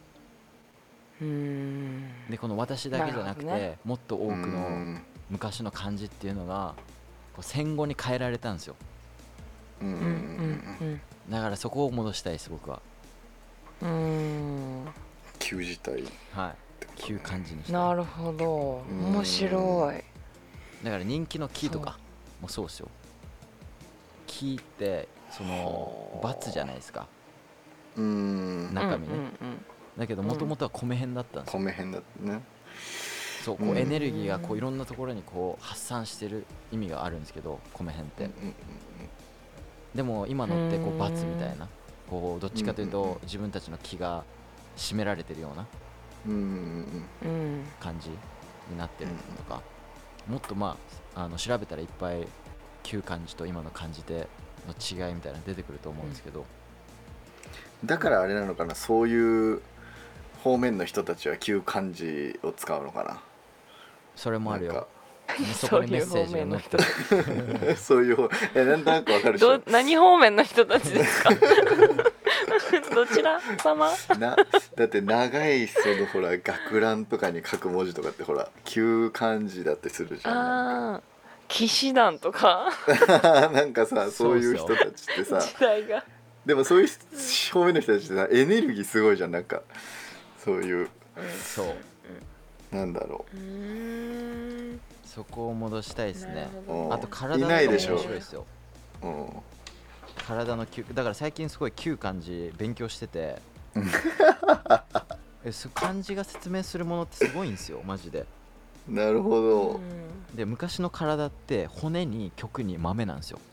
うん
でこの私だけじゃなくて
なるほどね
もっと多くの昔の漢字っていうのがこう戦後に変えられたんですよ。
うんうん
うんうん
だからそこを戻したいです僕は。
うんうん
旧字体
はい旧漢字にして
なるほど面白い
だから人気の木とかもそうですよ。木ってその
はあ
×じゃないですか
うん
中身ね、
うんうん
だけどもともとは米編だったんですよ。
米編だったね
そうこ
う
うんエネルギーがこういろんなところにこう発散してる意味があるんですけど米編って、
うんうん
でも今のってこう
うん
×みたいなこうどっちかという
うんうんうん
と自分たちの気が占められてるような
うんうん
うん
感じになってるとか、もっとまああの調べたらいっぱい旧漢字と今の漢字での違いみたいなの出てくると思うんですけど、
だからあれなのかなそういう方面の人たちは旧漢字を使うのかな
それもあるよ。
なんか
そこにメッセージが載ってる。
そういう方えなんとなくわかるでしょ
ど何方面の人たちですかどちら様
なだって長いそのほら学ランとかに書く文字とかってほら旧漢字だってするじゃんなん
ああ騎士団とか
かなんかさそういう人たちってさ
時代が
でもそういう方面の人たちってさエネルギーすごいじゃんなんかそういう
そう
なんだろ
うーん
そこを戻したいですね。
なる
う、
ほど
あと体
い
が面
ないでしょ
白いですよ。
うん、
体の旧だから最近すごい旧漢字勉強しててえそ漢字が説明するものってすごいんですよマジで。
なるほど、
うん
で昔の体って骨に極に豆なんですよ。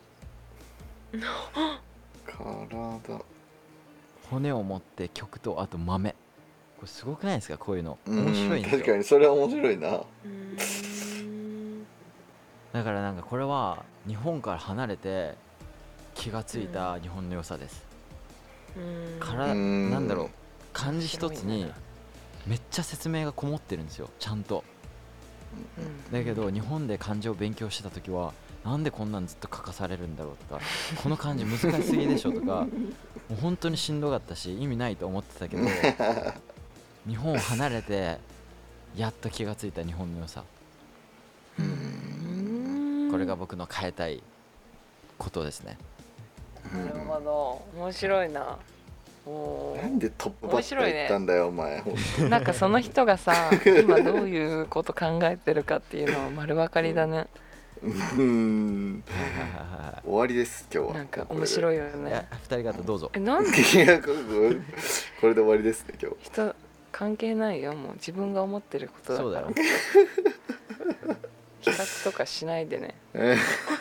体
骨を持って極とあと豆、これすごくないですかこういうの
うん
面白いんですよ。
確かにそれは面白いな
うーん
だからなんかこれは日本から離れて気がついた日本の良さです。
うん
から
うん
なんだろう漢字一つに
面白いな
めっちゃ説明がこもってるんですよちゃんと。
うん
だけど日本で漢字を勉強してた時はなんでこんなんずっと書かされるんだろうとかこの漢字難しすぎでしょとかもう本当にしんどかったし意味ないと思ってたけど日本を離れてやっと気がついた日本の良さ、
うーん
これが僕の変えたいことですね。
なるほど面白いなおー
なんでトップバッター行ったんだよ、お前ほんと
なんかその人がさ今どういうこと考えてるかっていうのは丸分かりだね
うん終わりです今日は
なんか面白
い
いよ
いや
ね
ふたり方どうぞ。
えなんで
いやこれこれで終わりですね今日
人関係ないよもう自分が思ってることだから
そうだよ
較とかしないでね。
え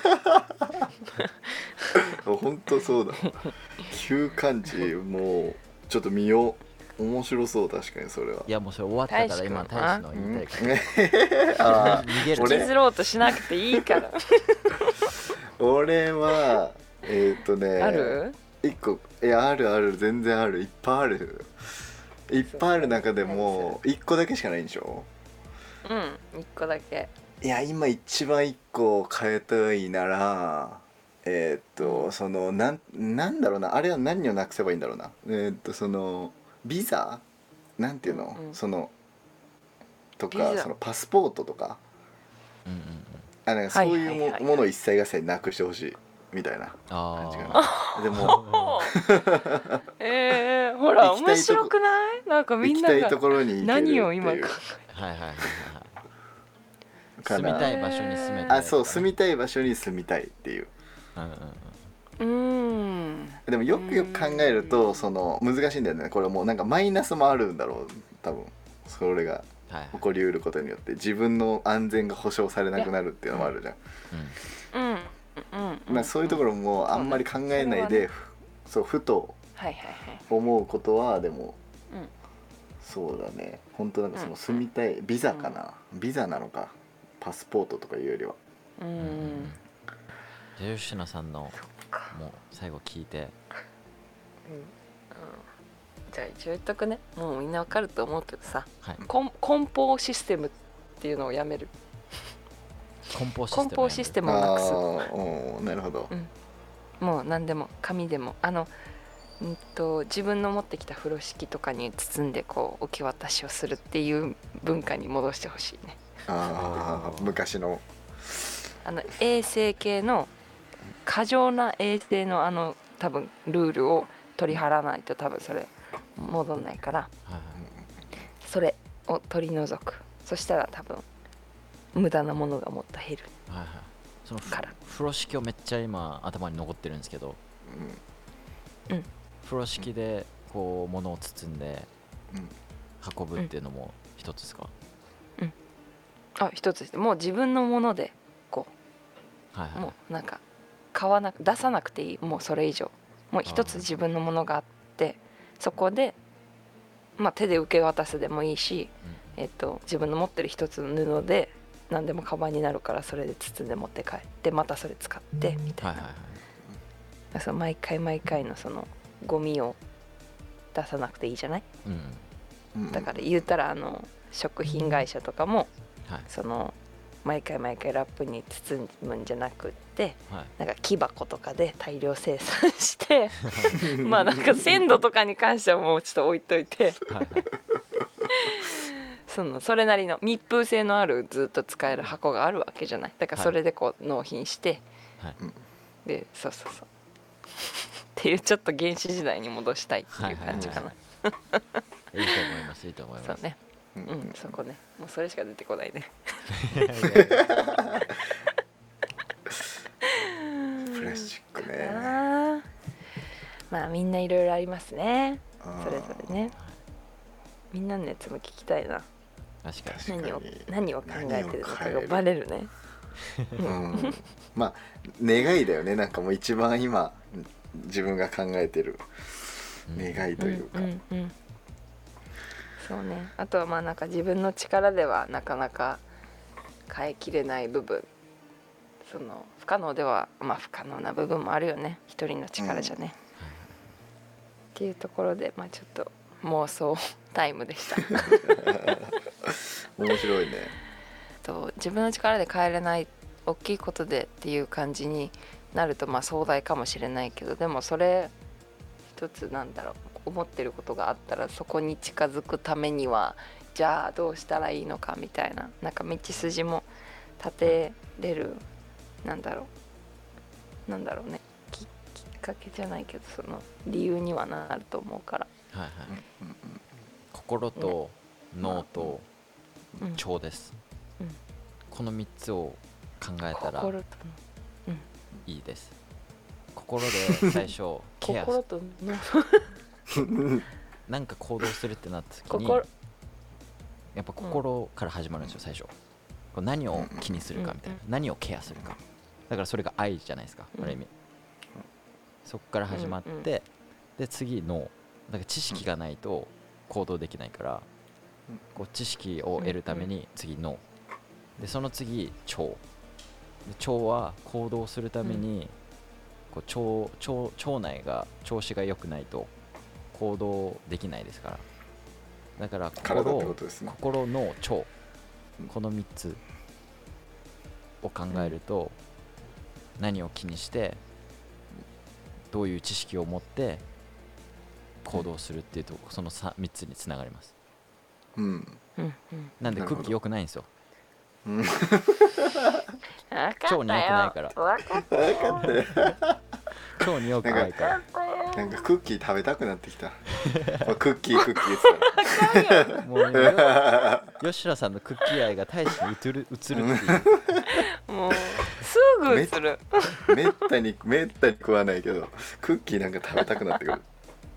ー本当そうだ。休館地もうちょっと見よう。面白そう確かにそれは。
いやもうそれ終わったから今大使の言いたいから
あ
逃げる
俺
引きずろうとしなくていいから。
俺はえーっとね
ある？
一個いやあるある全然あるいっぱいあるいっぱいある中でも一個だけしかないんでしょ。
うん、一個だけ。
いや今一番一個変えたいならえーっとそのなんなんだろうなあれは何をなくせばいいんだろうなえーっとそのビザなんていうの、
うんうん
そのと
ビザ
かそのパスポートとか
うんうんうん
あなんかそういうも,、
はいはいはいはい
ものを一切合切なくしてほしいみたいな感じか
あ
な。でも
えー、ほら
行きたいとこ
面白くない？なんかみ
行き
んなが
たいところに行けるっていう
何を今考
あはいはいはいはい
かな
住みたい場所に住めて
あそう住みたい場所に住みたいっていう。
うんうんうん
え。うーん。
でもよくよく考えるとその難しいんだよね。これもうなんかマイナスもあるんだろう多分それが
はいはい
起こりうることによって自分の安全が保障されなくなるっていうのもあるじゃん。
うんうんうん。
まあそういうところもあんまり考えないで、そうふと
はいはいはい。
思うことはでも
うん
そうだね本当なんかその住みたいビザかな、ビザなのかパスポートとかいうよりは
うん。
じゃあ吉野さんのもう最後聞いて
じゃあ一応言っとくね。もうみんなわかると思うけどさ、
はい
コン梱包システムっていうのをやめる。
梱包システム
梱包システムを
あ
なくす。
あーなるほど、
もう何でも紙でもあのんと自分の持ってきた風呂敷とかに包んでこう受け渡しをするっていう文化に戻してほしいね。
ああ昔の
あの衛生系の過剰な衛生のあの多分ルールを取り払わないと多分それ戻んないから
はいはい
それを取り除く。そしたら多分無駄なものがもっと減る
はいはいそのふ
から。
風呂敷をめっちゃ今頭に残ってるんですけど、
うん
風呂敷でこう物を包んで
うん
運ぶっていうのも一つですか？
あ一つです。もう自分のものでこ
はいはい
うもうなんか買わなく出さなくていい。もうそれ以上もう一つ自分のものがあってそこでまあ手で受け渡すでもいいし、えっと自分の持ってる一つの布で何でもカバンになるからそれで包んで持って帰ってまたそれ使ってみたいな、
はいはいはい
その毎回毎回のそのゴミを出さなくていいじゃない。
うん
うん
だから言ったらあの食品会社とかも
はい
その毎回毎回ラップに包むんじゃなくって
はい
なんか木箱とかで大量生産してまあなんか鮮度とかに関してはもうちょっと置いといて
はいはい
そのそれなりの密封性のあるずっと使える箱があるわけじゃない。だからそれでこう納品して、
はい
でそうそうそうっていうちょっと原始時代に戻したいっていう感じかな。
はいいいと思いますいいと思います
そうね
う
うんんそこねもうそれしか出てこないね。
いやいやいや
プラスチックね
あーまあみんないろいろありますね
あー
それぞれね。みんなのやつも聞きたいな。
確かに
確かに
何を何を考えてるのかが
何を変える
バレるね。
うんまあ願いだよねなんかもう一番今自分が考えてる
うん
願いというか、
うんうんうん、そうね。あとはまあなんか自分の力ではなかなか変えきれない部分その不可能ではまあ不可能な部分もあるよね一人の力じゃね、っていうところでまあちょっと妄想タイムでした
面白いね
と自分の力で変えれない大きいことでっていう感じになるとまあ壮大かもしれないけどでもそれ一つなんだろう思ってることがあったらそこに近づくためにはじゃあどうしたらいいのかみたいななんか道筋も立てれるなんだろうなんだろうね き, きっかけじゃないけどその理由にはなると思うから、
はいはい
うんうん
心と脳と
うん、
腸です、
うん
このみっつを考えたら
心と
いいです心で最初ケア
心と脳
なんか行動するってなった時に
心
やっぱ心から始まるんですよ最初こう何を気にするかみたいな、何をケアするか、だからそれが愛じゃないですか、ある意味。そこから始まって、で次のだから知識がないと行動できないから、こう知識を得るために次脳で、その次腸で、腸は行動するためにこう腸、腸、腸内が調子が良くないと行動できないですから、だから心、ね、心の腸、このみっつを考えると、何を気にしてどういう知識を持って行動するっていうと、そのみっつにつながります。
うん、
なんでクッキー良くないんですよ。
うん、
腸に良くないから。
分かったよ。
腸に良くないから。
なんかクッキー食べたくなってきた。クッキークッキー
って言って
もうね、吉田さんのクッキー愛が大使に移る移るっていう。
もうすぐ移る。
め, めったにめったに食わないけど、クッキーなんか食べたくなってくる。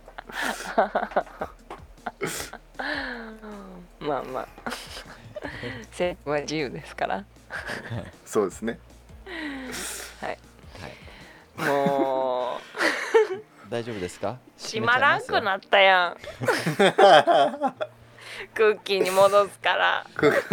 まあまあ生徒は自由ですから
そうですね。
はい、はい、も
う大丈夫ですか？
閉まらんくなったやんクッキーに戻すから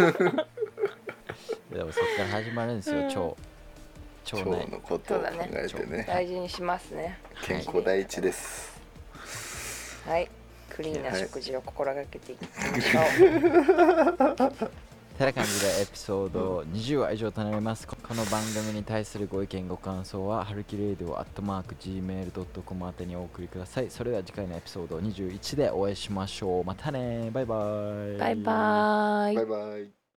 でもそこから始まるんですよ、腸
腸のことを考えてね、
大事にしますね。
健康第一です。
はい、クリーンな食事を心がけていきましょう。
てな感じでエピソードにじゅうは以上となります。この番組に対するご意見ご感想ははるきレイディオアットマーク ジーメールドットコム 宛てにお送りください。それでは次回のエピソードにじゅういちでお会いしましょう。またね、バイバイ。
バイバイ。
バイバイ。